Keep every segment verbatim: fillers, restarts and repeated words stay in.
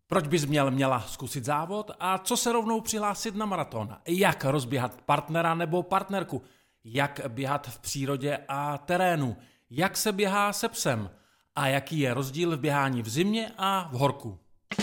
Proč bys měl měla zkusit závod a co se rovnou přihlásit na maraton? Jak rozběhat partnera nebo partnerku? Jak běhat v přírodě a terénu? Jak se běhá se psem? A jaký je rozdíl v běhání v zimě a v horku?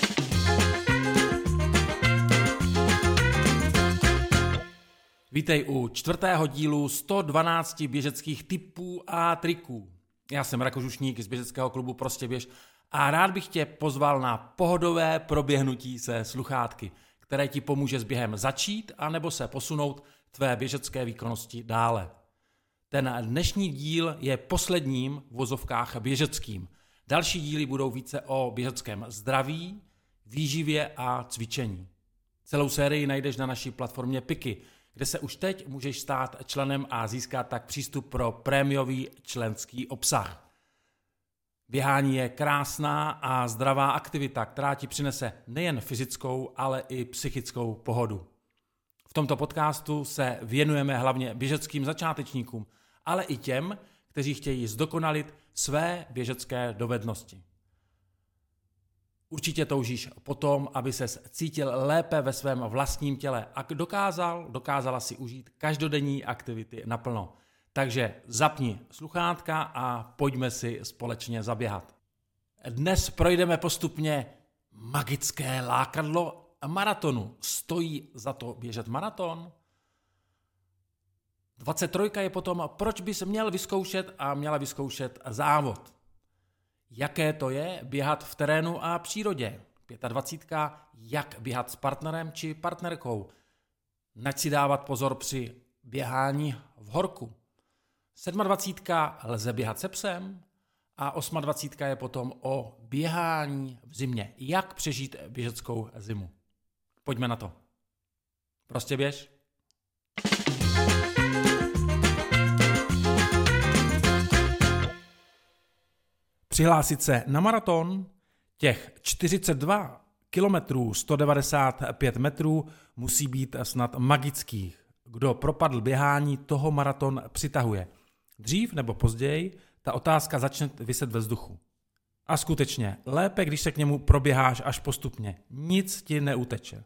Vítej u čtvrtého dílu sto dvanáct běžeckých tipů a triků. Já jsem Rakoš Ušník z běžeckého klubu Prostě běž a rád bych tě pozval na pohodové proběhnutí se sluchátky, které ti pomůže s během začít anebo se posunout tvé běžecké výkonnosti dále. Ten dnešní díl je posledním v vozovkách běžeckým. Další díly budou více o běžeckém zdraví, výživě a cvičení. Celou sérii najdeš na naší platformě Piky, kde se už teď můžeš stát členem a získat tak přístup pro prémiový členský obsah. Běhání je krásná a zdravá aktivita, která ti přinese nejen fyzickou, ale i psychickou pohodu. V tomto podcastu se věnujeme hlavně běžeckým začátečníkům, ale i těm, kteří chtějí zdokonalit své běžecké dovednosti. Určitě toužíš potom, aby ses cítil lépe ve svém vlastním těle a dokázal, dokázala si užít každodenní aktivity naplno. Takže zapni sluchátka a pojďme si společně zaběhat. Dnes projdeme postupně magické lákadlo maratonu. Stojí za to běžet maraton? dvacet tři je potom, proč bys měl vyzkoušet a měla vyzkoušet závod. Jaké to je běhat v terénu a přírodě? dvacet pět. Jak běhat s partnerem či partnerkou? Nač si dávat pozor při běhání v horku? dvacet sedm. Lze běhat se psem? A dvacet osm je potom o běhání v zimě. Jak přežít běžeckou zimu? Pojďme na to. Prostě běž. Přihlásit se na maraton, těch čtyřicet dva kilometrů sto devadesát pět metrů musí být snad magických. Kdo propadl běhání, toho maraton přitahuje. Dřív nebo později ta otázka začne viset ve vzduchu. A skutečně, lépe, když se k němu proběháš až postupně. Nic ti neuteče.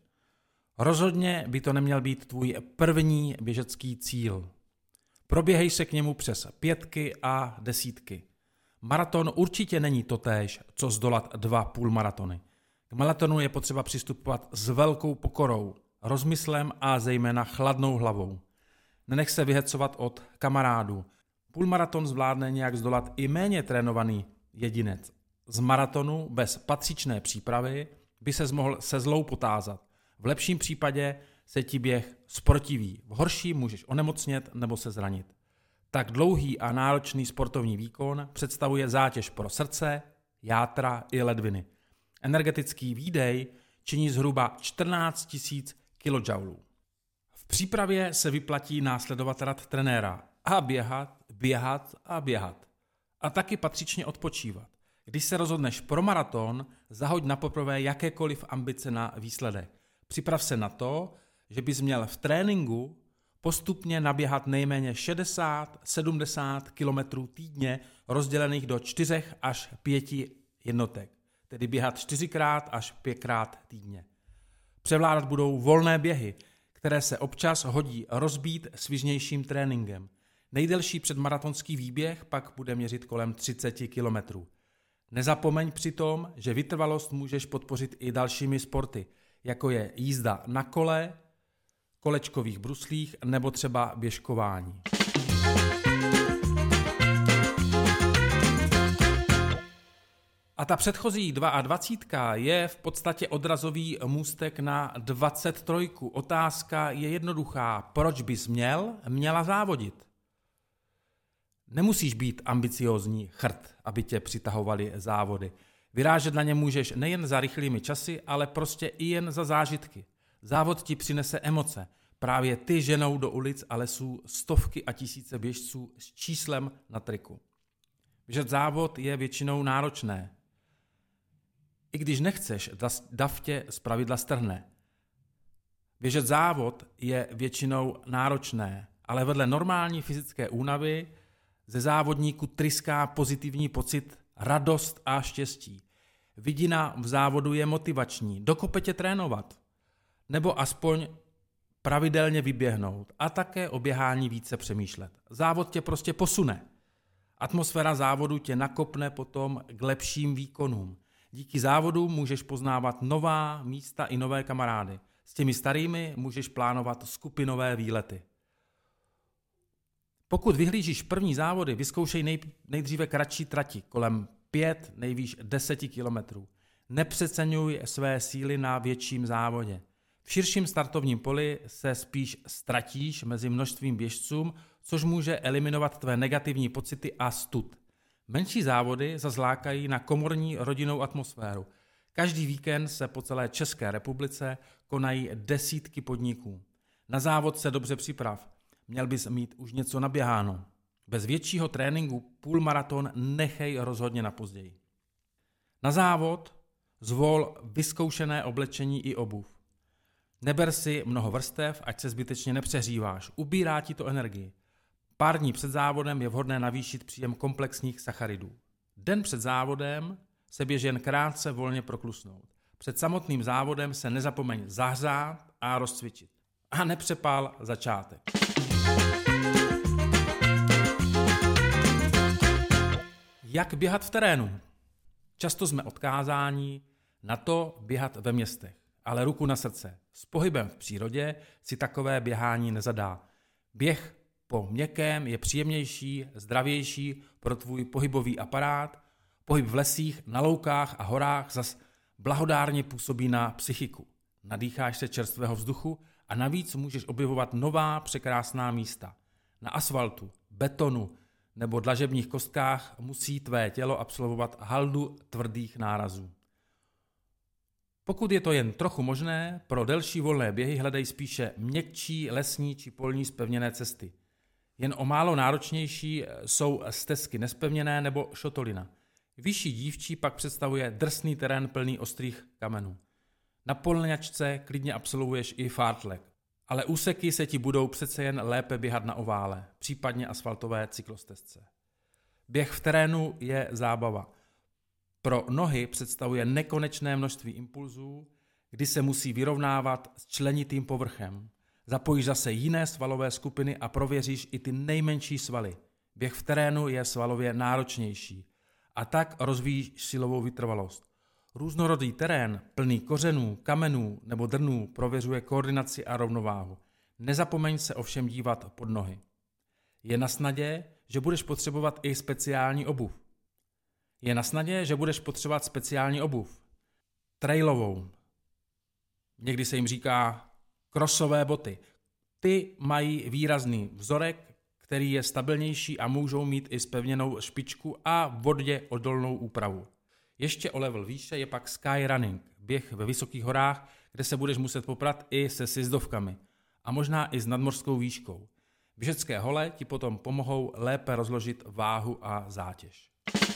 Rozhodně by to neměl být tvůj první běžecký cíl. Proběhej se k němu přes pětky a desítky. Maraton určitě není totéž, co zdolat dva půlmaratony. K maratonu je potřeba přistupovat s velkou pokorou, rozmyslem a zejména chladnou hlavou. Nenech se vyhecovat od kamarádů. Půlmaraton zvládne nějak zdolat i méně trénovaný jedinec. Z maratonu bez patřičné přípravy by ses mohl se zlou potázat. V lepším případě se ti běh zprotiví, v horším můžeš onemocnět nebo se zranit. Tak dlouhý a náročný sportovní výkon představuje zátěž pro srdce, játra i ledviny. Energetický výdej činí zhruba čtrnáct tisíc kilojoulů. V přípravě se vyplatí následovat rad trenéra a běhat, běhat a běhat. A taky patřičně odpočívat. Když se rozhodneš pro maraton, zahoď na poprvé jakékoliv ambice na výsledek. Připrav se na to, že bys měl v tréninku postupně naběhat nejméně šedesát až sedmdesát kilometrů týdně rozdělených do čtyřech až pěti jednotek, tedy běhat čtyřikrát až pětkrát týdně. Převládat budou volné běhy, které se občas hodí rozbít svižnějším tréninkem. Nejdelší předmaratonský výběh pak bude měřit kolem třicet kilometrů. Nezapomeň přitom, že vytrvalost můžeš podpořit i dalšími sporty, jako je jízda na kole, kolečkových bruslích nebo třeba běžkování. A ta předchozí dvacet dva je v podstatě odrazový můstek na dvacet tři. Otázka je jednoduchá. Proč bys měl, měla závodit? Nemusíš být ambiciózní chrt, aby tě přitahovaly závody. Vyrážet na ně můžeš nejen za rychlými časy, ale prostě i jen za zážitky. Závod ti přinese emoce. Právě ty ženou do ulic a lesů stovky a tisíce běžců s číslem na triku. Běžet závod je většinou náročné. I když nechceš, dav tě zpravidla strhne. Běžet závod je většinou náročné, ale vedle normální fyzické únavy ze závodníku tryská pozitivní pocit, radost a štěstí. Vidina v závodu je motivační, dokope tě trénovat, nebo aspoň pravidelně vyběhnout a také o běhání více přemýšlet. Závod tě prostě posune. Atmosféra závodu tě nakopne potom k lepším výkonům. Díky závodu můžeš poznávat nová místa i nové kamarády. S těmi starými můžeš plánovat skupinové výlety. Pokud vyhlížíš první závody, vyzkoušej nej, nejdříve kratší trati, kolem pět, nejvýš deseti kilometrů. Nepřeceňuj své síly na větším závodě. V širším startovním poli se spíš ztratíš mezi množstvím běžcům, což může eliminovat tvé negativní pocity a stud. Menší závody zazlákají na komorní rodinnou atmosféru. Každý víkend se po celé České republice konají desítky podniků. Na závod se dobře připrav. Měl bys mít už něco naběháno. Bez většího tréninku půlmaraton nechej rozhodně na později. Na závod zvol vyzkoušené oblečení i obuv. Neber si mnoho vrstev, ať se zbytečně nepřehříváš. Ubírá ti to energii. Pár dní před závodem je vhodné navýšit příjem komplexních sacharidů. Den před závodem se běž jen krátce volně proklusnout. Před samotným závodem se nezapomeň zahřát a rozcvičit. A nepřepál začátek. Jak běhat v terénu? Často jsme odkázáni na to běhat ve městech, ale ruku na srdce. S pohybem v přírodě si takové běhání nezadá. Běh po měkkém je příjemnější, zdravější pro tvůj pohybový aparát. Pohyb v lesích, na loukách a horách zas blahodárně působí na psychiku. Nadýcháš se čerstvého vzduchu a navíc můžeš objevovat nová překrásná místa. Na asfaltu, betonu nebo dlažebních kostkách musí tvé tělo absolvovat haldu tvrdých nárazů. Pokud je to jen trochu možné, pro delší volné běhy hledej spíše měkčí lesní či polní zpevněné cesty. Jen o málo náročnější jsou stezky nespevněné nebo šotolina. Vyšší dívčí pak představuje drsný terén plný ostrých kamenů. Na polňačce klidně absolvuješ i fartlek, ale úseky se ti budou přece jen lépe běhat na ovále, případně asfaltové cyklostezce. Běh v terénu je zábava. Pro nohy představuje nekonečné množství impulzů, kdy se musí vyrovnávat s členitým povrchem. Zapojíš zase jiné svalové skupiny a prověříš i ty nejmenší svaly. Běh v terénu je svalově náročnější a tak rozvíjíš silovou vytrvalost. Různorodý terén, plný kořenů, kamenů nebo drnů prověřuje koordinaci a rovnováhu. Nezapomeň se ovšem dívat pod nohy. Je na snadě, že budeš potřebovat i speciální obuv. Je na snadě, že budeš potřebovat speciální obuv. Trailovou. Někdy se jim říká krosové boty. Ty mají výrazný vzorek, který je stabilnější a můžou mít i zpevněnou špičku a vodě odolnou úpravu. Ještě o level výše je pak skyrunning, běh ve vysokých horách, kde se budeš muset poprat i se sjezdovkami a možná i s nadmořskou výškou. Běžecké hole ti potom pomohou lépe rozložit váhu a zátěž.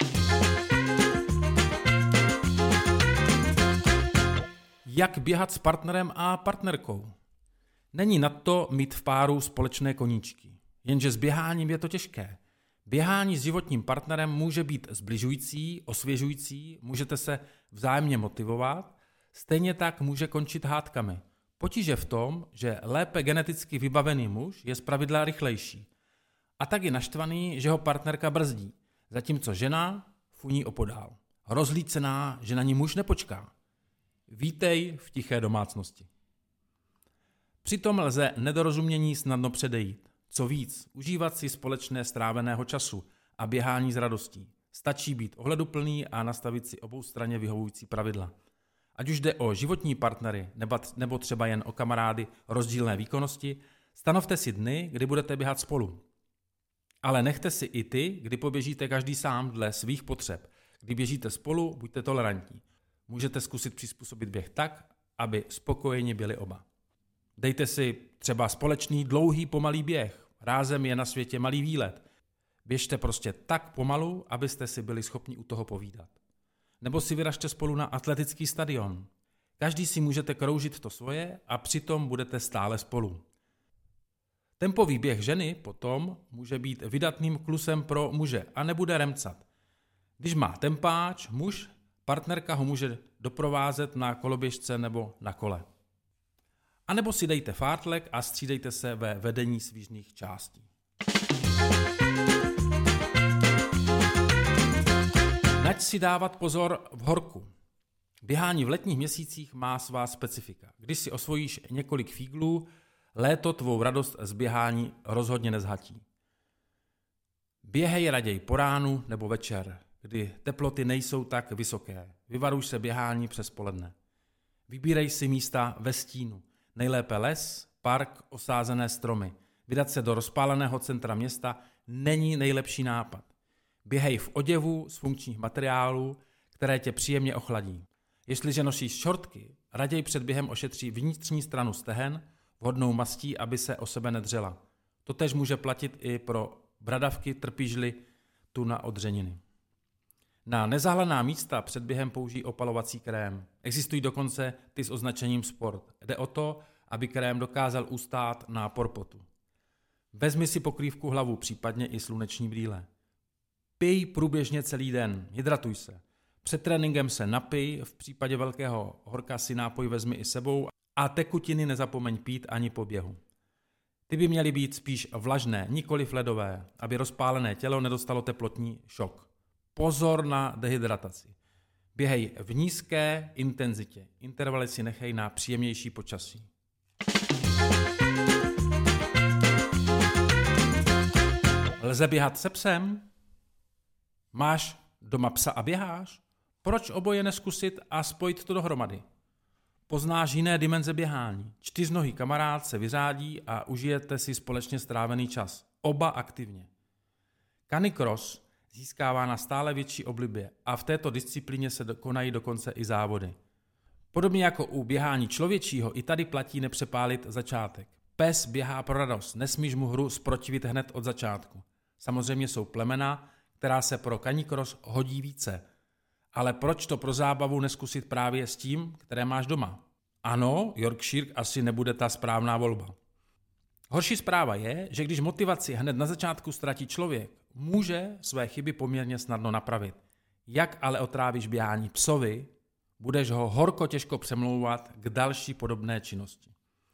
Jak běhat s partnerem a partnerkou? Není nadto mít v páru společné koníčky, jenže s běháním je to těžké. Běhání s životním partnerem může být zbližující, osvěžující, můžete se vzájemně motivovat, stejně tak může končit hádkami. Potíž je v tom, že lépe geneticky vybavený muž je zpravidla rychlejší a tak je naštvaný, že ho partnerka brzdí, zatímco žena funí opodál. Rozlícená, že na ní muž nepočká. Vítej v tiché domácnosti. Přitom lze nedorozumění snadno předejít. Co víc, užívat si společné stráveného času a běhání s radostí. Stačí být ohleduplný a nastavit si oboustranně vyhovující pravidla. Ať už jde o životní partnery nebo třeba jen o kamarády rozdílné výkonnosti, stanovte si dny, kdy budete běhat spolu. Ale nechte si i ty, kdy poběžíte každý sám dle svých potřeb. Kdy běžíte spolu, buďte tolerantní. Můžete zkusit přizpůsobit běh tak, aby spokojeni byli oba. Dejte si třeba společný dlouhý pomalý běh. Rázem je na světě malý výlet. Běžte prostě tak pomalu, abyste si byli schopni u toho povídat. Nebo si vyražte spolu na atletický stadion. Každý si můžete kroužit to svoje a přitom budete stále spolu. Tempový běh ženy potom může být vydatným klusem pro muže a nebude remcat. Když má tempáč muž, Partnerka ho může doprovázet na koloběžce nebo na kole. A nebo si dejte fartlek a střídejte se ve vedení svižných částí. Nať si dávat pozor v horku. Běhání v letních měsících má svá specifika. Když si osvojíš několik fíglů, léto tvou radost z běhání rozhodně nezhatí. Běhej raději po ránu nebo večer, kdy teploty nejsou tak vysoké. Vyvaruj se běhání přes poledne. Vybírej si místa ve stínu. Nejlépe les, park, osázené stromy. Vydat se do rozpáleného centra města není nejlepší nápad. Běhej v oděvu z funkčních materiálů, které tě příjemně ochladí. Jestliže nosíš šortky, raději před během ošetří vnitřní stranu stehen vhodnou mastí, aby se o sebe nedřela. Totéž může platit i pro bradavky, trpížli tu na odřeniny. Na nezahalená místa před během použij opalovací krém. Existují dokonce ty s označením sport. Jde o to, aby krém dokázal ustát nápor potu. Vezmi si pokrývku hlavu, případně i sluneční brýle. Pij průběžně celý den, hydratuj se. Před tréninkem se napij, v případě velkého horka si nápoj vezmi i sebou a tekutiny nezapomeň pít ani po běhu. Ty by měly být spíš vlažné, nikoliv ledové, aby rozpálené tělo nedostalo teplotní šok. Pozor na dehydrataci. Běhej v nízké intenzitě. Intervaly si nechej na příjemnější počasí. Lze běhat se psem? Máš doma psa a běháš? Proč oboje neskusit a spojit to dohromady? Poznáš jiné dimenze běhání. Čtyřnohý kamarád se vyřádí a užijete si společně strávený čas. Oba aktivně. Canicross získává na stále větší oblibě a v této disciplíně se konají dokonce i závody. Podobně jako u běhání člověčího, i tady platí nepřepálit začátek. Pes běhá pro radost, nesmíš mu hru zprotivit hned od začátku. Samozřejmě jsou plemena, která se pro Canicross hodí více. Ale proč to pro zábavu neskusit právě s tím, které máš doma? Ano, Yorkshire asi nebude ta správná volba. Horší zpráva je, že když motivaci hned na začátku ztratí člověk, může své chyby poměrně snadno napravit. Jak ale otrávíš běhání psovi, budeš ho horko těžko přemlouvat k další podobné činnosti.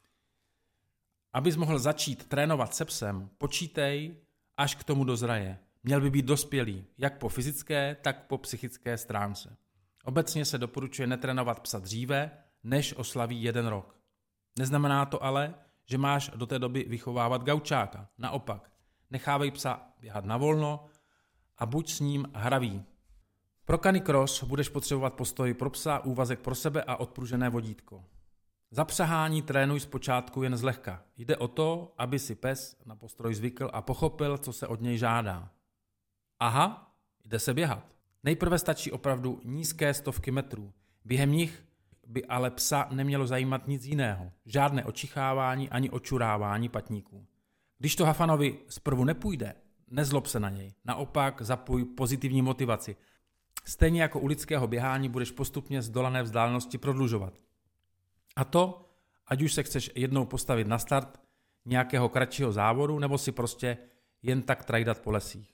Abys mohl začít trénovat se psem, počítej, až k tomu dozraje. Měl by být dospělý, jak po fyzické, tak po psychické stránce. Obecně se doporučuje netrénovat psa dříve, než oslaví jeden rok. Neznamená to ale, že máš do té doby vychovávat gaučáka. Naopak, nechávej psa běhat na volno a buď s ním hravý. Pro Canicross budeš potřebovat postoj pro psa, úvazek pro sebe a odpružené vodítko. Zapřahání trénuj zpočátku jen zlehka. Jde o to, aby si pes na postroj zvykl a pochopil, co se od něj žádá. Aha, jde se běhat. Nejprve stačí opravdu nízké stovky metrů. Během nich by ale psa nemělo zajímat nic jiného. Žádné očichávání ani očurávání patníků. Když to Hafanovi zprvu nepůjde, nezlob se na něj. Naopak zapoj pozitivní motivaci. Stejně jako u lidského běhání budeš postupně zdolané vzdálenosti prodlužovat. A to, ať už se chceš jednou postavit na start nějakého kratšího závodu, nebo si prostě jen tak trajdat po lesích.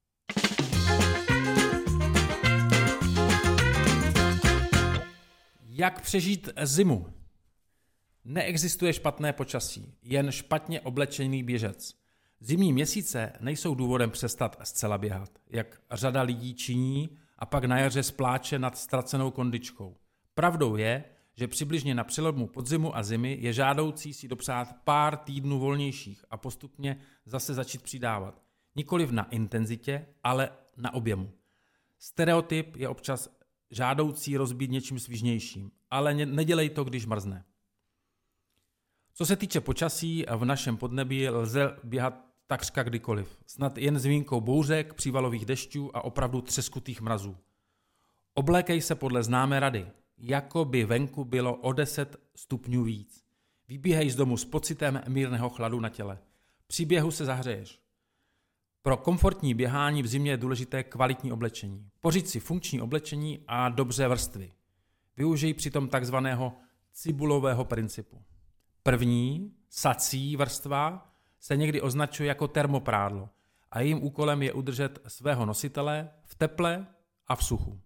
Jak přežít zimu? Neexistuje špatné počasí, jen špatně oblečený běžec. Zimní měsíce nejsou důvodem přestat zcela běhat, jak řada lidí činí a pak na jaře spláče nad ztracenou kondičkou. Pravdou je, že přibližně na přelomu podzimu a zimy je žádoucí si dopřát pár týdnů volnějších a postupně zase začít přidávat. Nikoliv na intenzitě, ale na objemu. Stereotyp je občas žádoucí rozbít něčím svižnějším, ale nedělej to, když mrzne. Co se týče počasí, v našem podnebí lze běhat takřka kdykoliv. Snad jen s výjimkou bouřek, přívalových dešťů a opravdu třeskutých mrazů. Oblékej se podle známé rady, jako by venku bylo o deset stupňů víc. Vybíhej z domu s pocitem mírného chladu na těle. Při běhu se zahřeješ. Pro komfortní běhání v zimě je důležité kvalitní oblečení. Pořiď si funkční oblečení a dobře vrstvy. Využij přitom takzvaného cibulového principu. První, sací vrstva, se někdy označuje jako termoprádlo a jejím úkolem je udržet svého nositele v teple a v suchu.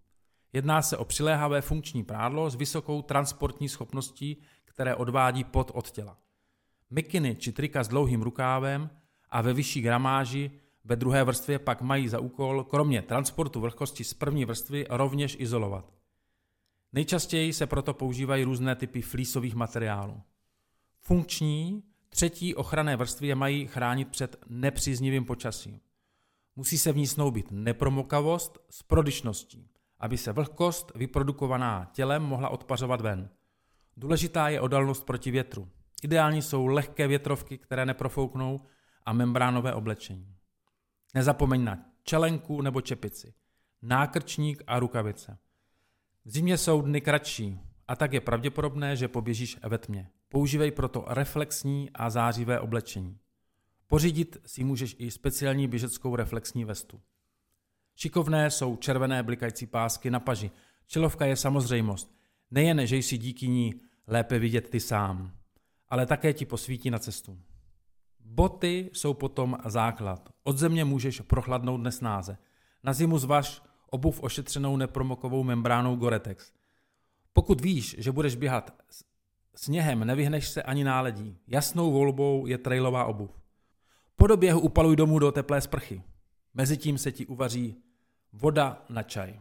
Jedná se o přiléhavé funkční prádlo s vysokou transportní schopností, které odvádí pot od těla. Mikiny či trika s dlouhým rukávem a ve vyšší gramáži ve druhé vrstvě pak mají za úkol kromě transportu vlhkosti z první vrstvy rovněž izolovat. Nejčastěji se proto používají různé typy flísových materiálů. Funkční třetí ochranné vrstvy je mají chránit před nepříznivým počasím. Musí se v ní snoubit nepromokavost s prodyšností, aby se vlhkost vyprodukovaná tělem mohla odpařovat ven. Důležitá je odolnost proti větru. Ideální jsou lehké větrovky, které neprofouknou, a membránové oblečení. Nezapomeň na čelenku nebo čepici, nákrčník a rukavice. V zimě jsou dny kratší a tak je pravděpodobné, že poběžíš ve tmě. Používej proto reflexní a zářivé oblečení. Pořídit si můžeš i speciální běžeckou reflexní vestu. Šikovné jsou červené blikající pásky na paži. Čelovka je samozřejmost. Nejen, že jsi díky ní lépe vidět ty sám, ale také ti posvítí na cestu. Boty jsou potom základ. Od země můžeš prochladnout nesnáze. Na zimu zvaž obuv ošetřenou nepromokovou membránou Gore-Tex. Pokud víš, že budeš běhat sněhem, nevyhneš se ani náledí. Jasnou volbou je trailová obuv. Po doběhu upaluj domů do teplé sprchy. Mezitím se ti uvaří voda na čaj.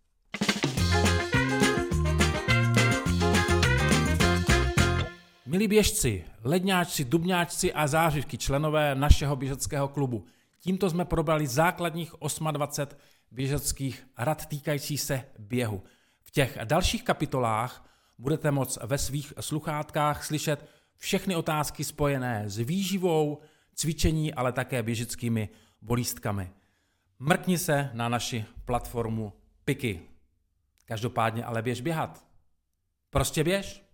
Milí běžci, ledňáčci, dubňáčci a zářivky, členové našeho běžeckého klubu, tímto jsme probrali základních dvacet osm běžeckých rad týkajících se běhu. V těch dalších kapitolách budete moct ve svých sluchátkách slyšet všechny otázky spojené s výživou, cvičení, ale také běžeckými bolístkami. Mrkni se na naši platformu Piky. Každopádně ale běž běhat. Prostě běž.